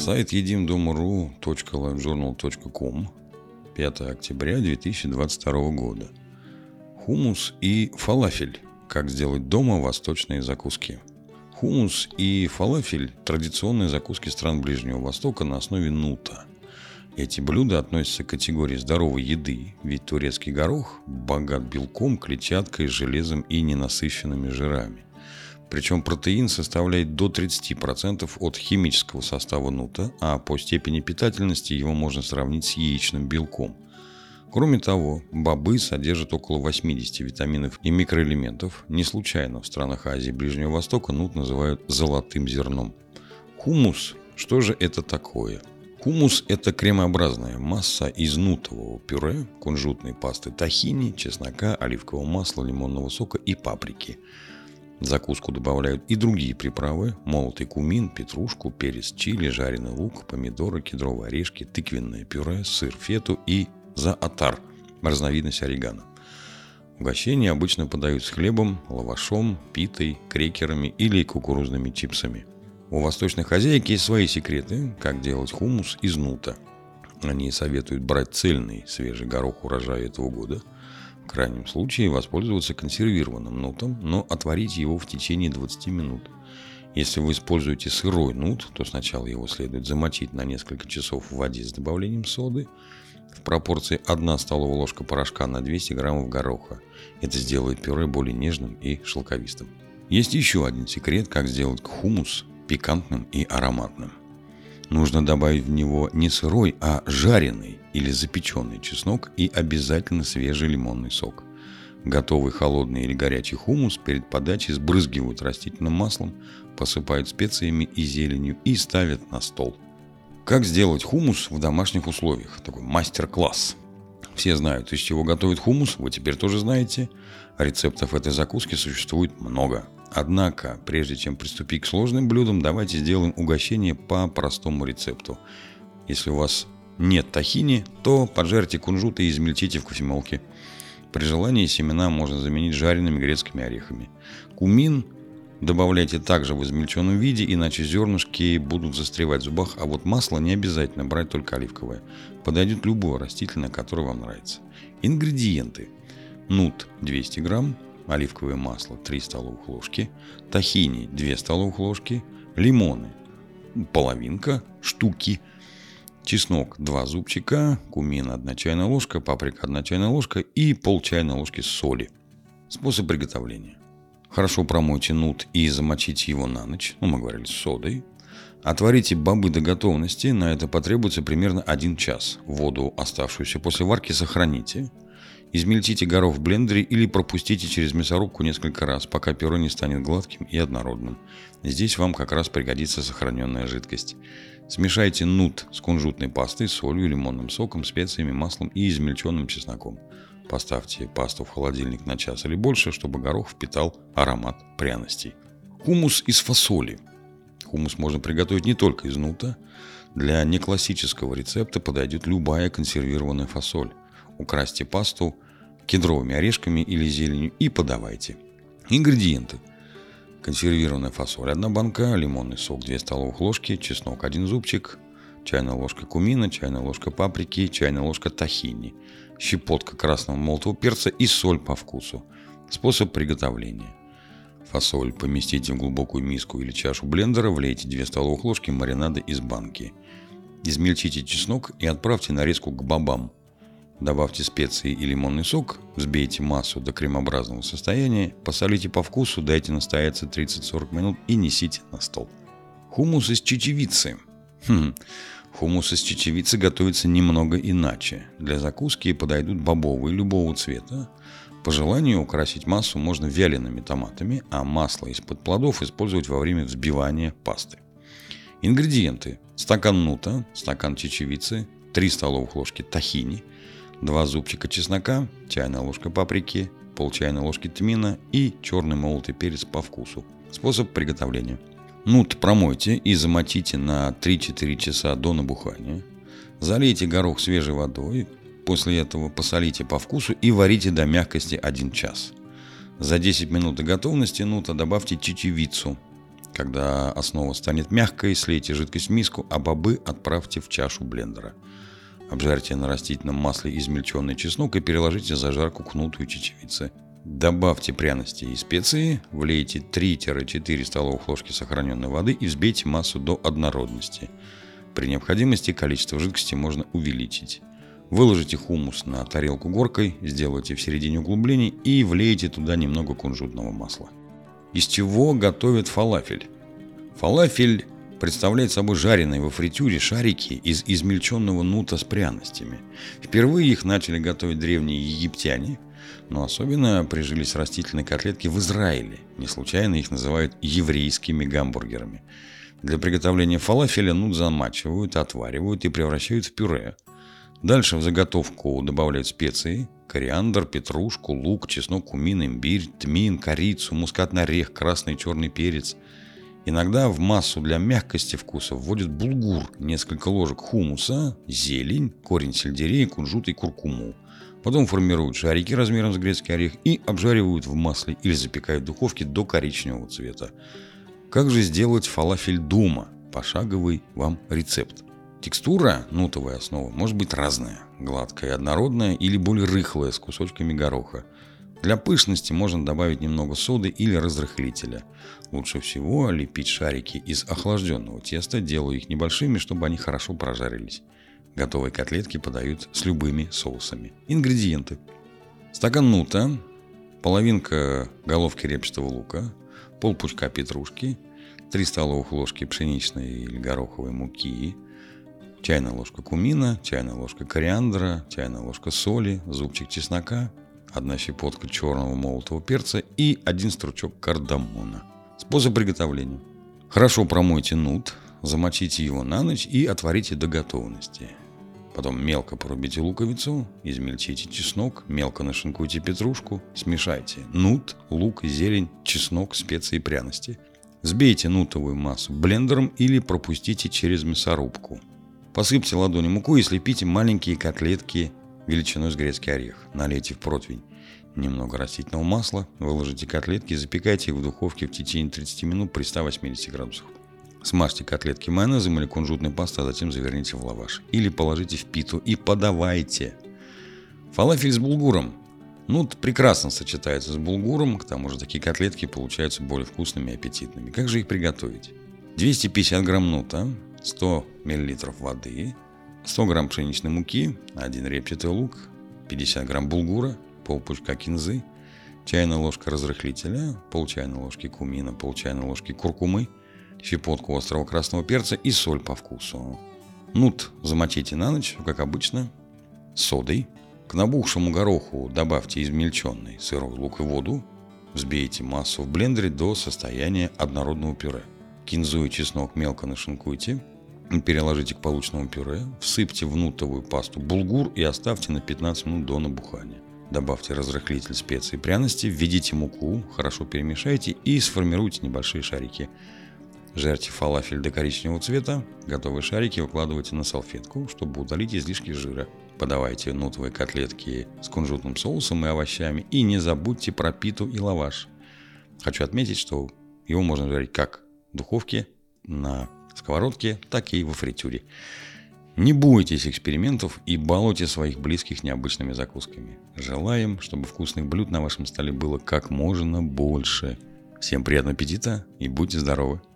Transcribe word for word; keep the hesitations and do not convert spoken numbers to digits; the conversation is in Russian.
Сайт едим дома точка ру точка лайвжурнал точка ком, пятое октября две тысячи двадцать второго года. Хумус и фалафель. Как сделать дома восточные закуски. Хумус и фалафель – традиционные закуски стран Ближнего Востока на основе нута. Эти блюда относятся к категории здоровой еды, ведь турецкий горох богат белком, клетчаткой, железом и ненасыщенными жирами. Причем протеин составляет до тридцать процентов от химического состава нута, а по степени питательности его можно сравнить с яичным белком. Кроме того, бобы содержат около восемьдесят витаминов и микроэлементов. Не случайно в странах Азии и Ближнего Востока нут называют золотым зерном. Хумус. Что же это такое? Хумус – это кремообразная масса из нутового пюре, кунжутной пасты тахини, чеснока, оливкового масла, лимонного сока и паприки. В закуску добавляют и другие приправы – молотый кумин, петрушку, перец чили, жареный лук, помидоры, кедровые орешки, тыквенное пюре, сыр фету и заатар – разновидность орегано. Угощение обычно подают с хлебом, лавашом, питой, крекерами или кукурузными чипсами. У восточных хозяек есть свои секреты, как делать хумус из нута. Они советуют брать цельный свежий горох урожая этого года. В крайнем случае воспользоваться консервированным нутом, но отварить его в течение двадцати минут. Если вы используете сырой нут, то сначала его следует замочить на несколько часов в воде с добавлением соды в пропорции одна столовая ложка порошка на двести граммов гороха. Это сделает пюре более нежным и шелковистым. Есть еще один секрет, как сделать хумус пикантным и ароматным. Нужно добавить в него не сырой, а жареный или запеченный чеснок и обязательно свежий лимонный сок. Готовый холодный или горячий хумус перед подачей сбрызгивают растительным маслом, посыпают специями и зеленью и ставят на стол. Как сделать хумус в домашних условиях? Такой мастер-класс. Все знают, из чего готовят хумус, вы теперь тоже знаете. Рецептов этой закуски существует много. Однако, прежде чем приступить к сложным блюдам, давайте сделаем угощение по простому рецепту. Если у вас нет тахини, то поджарьте кунжут и измельчите в кофемолке. При желании семена можно заменить жареными грецкими орехами. Кумин добавляйте также в измельченном виде, иначе зернышки будут застревать в зубах, а вот масло не обязательно брать, только оливковое. Подойдет любое растительное, которое вам нравится. Ингредиенты. Нут двести грамм. Оливковое масло три столовых ложки, тахини две столовых ложки, лимоны половинка, штуки, чеснок два зубчика, кумин одна чайная ложка, паприка одна чайная ложка и пол чайной ложки соли. Способ приготовления. Хорошо промойте нут и замочите его на ночь, ну мы говорили с содой. Отварите бобы до готовности, на это потребуется примерно один час. Воду, оставшуюся после варки, сохраните. Измельчите горох в блендере или пропустите через мясорубку несколько раз, пока пюре не станет гладким и однородным. Здесь вам как раз пригодится сохраненная жидкость. Смешайте нут с кунжутной пастой, солью, лимонным соком, специями, маслом и измельченным чесноком. Поставьте пасту в холодильник на час или больше, чтобы горох впитал аромат пряностей. Хумус из фасоли. Хумус можно приготовить не только из нута. Для неклассического рецепта подойдет любая консервированная фасоль. Украсьте пасту кедровыми орешками или зеленью и подавайте. Ингредиенты. Консервированная фасоль одна банка, лимонный сок две столовых ложки, чеснок один зубчик, чайная ложка кумина, чайная ложка паприки, чайная ложка тахини, щепотка красного молотого перца и соль по вкусу. Способ приготовления. Фасоль поместите в глубокую миску или чашу блендера, влейте две столовых ложки маринада из банки. Измельчите чеснок и отправьте нарезку к бобам. Добавьте специи и лимонный сок, взбейте массу до кремообразного состояния, посолите по вкусу, дайте настояться тридцать-сорок минут и несите на стол. Хумус из чечевицы. Хм. Хумус из чечевицы готовится немного иначе. Для закуски подойдут бобовые любого цвета. По желанию украсить массу можно вялеными томатами, а масло из-под плодов использовать во время взбивания пасты. Ингредиенты. Стакан нута, стакан чечевицы, три столовых ложки тахини, два зубчика чеснока, чайная ложка паприки, пол чайной ложки тмина и черный молотый перец по вкусу. Способ приготовления. Нут промойте и замочите на три-четыре часа до набухания. Залейте горох свежей водой. После этого посолите по вкусу и варите до мягкости один час. За десять минут до готовности нута добавьте чечевицу. Когда основа станет мягкой, слейте жидкость в миску, а бобы отправьте в чашу блендера. Обжарьте на растительном масле измельченный чеснок и переложите в зажарку кнутую чечевицы. Добавьте пряности и специи, влейте три-четыре столовых ложки сохраненной воды и взбейте массу до однородности. При необходимости количество жидкости можно увеличить. Выложите хумус на тарелку горкой, сделайте в середине углублений и влейте туда немного кунжутного масла. Из чего готовят фалафель? Фалафель представляет собой жареные во фритюре шарики из измельченного нута с пряностями. Впервые их начали готовить древние египтяне, но особенно прижились растительные котлетки в Израиле. Не случайно их называют еврейскими гамбургерами. Для приготовления фалафеля нут замачивают, отваривают и превращают в пюре. Дальше в заготовку добавляют специи: кориандр, петрушку, лук, чеснок, кумин, имбирь, тмин, корицу, мускатный орех, красный и черный перец. Иногда в массу для мягкости вкуса вводят булгур, несколько ложек хумуса, зелень, корень сельдерея, кунжут и куркуму. Потом формируют шарики размером с грецкий орех и обжаривают в масле или запекают в духовке до коричневого цвета. Как же сделать фалафель дома? Пошаговый вам рецепт. Текстура, нутовая основа, может быть разная. Гладкая и однородная или более рыхлая с кусочками гороха. Для пышности можно добавить немного соды или разрыхлителя. Лучше всего лепить шарики из охлажденного теста, делая их небольшими, чтобы они хорошо прожарились. Готовые котлетки подают с любыми соусами. Ингредиенты: стакан нута, половинка головки репчатого лука, полпучка петрушки, три столовых ложки пшеничной или гороховой муки, чайная ложка кумина, чайная ложка кориандра, чайная ложка соли, зубчик чеснока, одна щепотка черного молотого перца и один стручок кардамона. Способ приготовления: хорошо промойте нут, замочите его на ночь и отварите до готовности. Потом мелко порубите луковицу, измельчите чеснок, мелко нашинкуйте петрушку, смешайте нут, лук, зелень, чеснок, специи и пряности. Взбейте нутовую массу блендером или пропустите через мясорубку. Посыпьте ладонью муку и слепите маленькие котлетки величиной с грецкий орех. Налейте в противень немного растительного масла, выложите котлетки и запекайте их в духовке в течение тридцати минут при ста восьмидесяти градусах. Смажьте котлетки майонезом или кунжутной пастой, а затем заверните в лаваш. Или положите в питу и подавайте. Фалафель с булгуром. Нут прекрасно сочетается с булгуром, к тому же такие котлетки получаются более вкусными и аппетитными. Как же их приготовить? двести пятьдесят грамм нута, сто миллилитров воды, сто грамм пшеничной муки, один репчатый лук, пятьдесят грамм булгура, полпучка кинзы, чайная ложка разрыхлителя, пол чайной ложки кумина, пол чайной ложки куркумы, щепотку острого красного перца и соль по вкусу. Нут замочите на ночь, как обычно, содой. К набухшему гороху добавьте измельченный сырой лук и воду. Взбейте массу в блендере до состояния однородного пюре. Кинзу и чеснок мелко нашинкуйте, переложите к полученному пюре, всыпьте в нутовую пасту булгур и оставьте на пятнадцать минут до набухания. Добавьте разрыхлитель, специи и пряности, введите муку, хорошо перемешайте и сформируйте небольшие шарики. Жарьте фалафель до коричневого цвета. Готовые шарики выкладывайте на салфетку, чтобы удалить излишки жира. Подавайте нутовые котлетки с кунжутным соусом и овощами. И не забудьте про питу и лаваш. Хочу отметить, что его можно жарить как в духовке, на сковородке, так и во фритюре. Не бойтесь экспериментов и балуйте своих близких необычными закусками. Желаем, чтобы вкусных блюд на вашем столе было как можно больше. Всем приятного аппетита и будьте здоровы!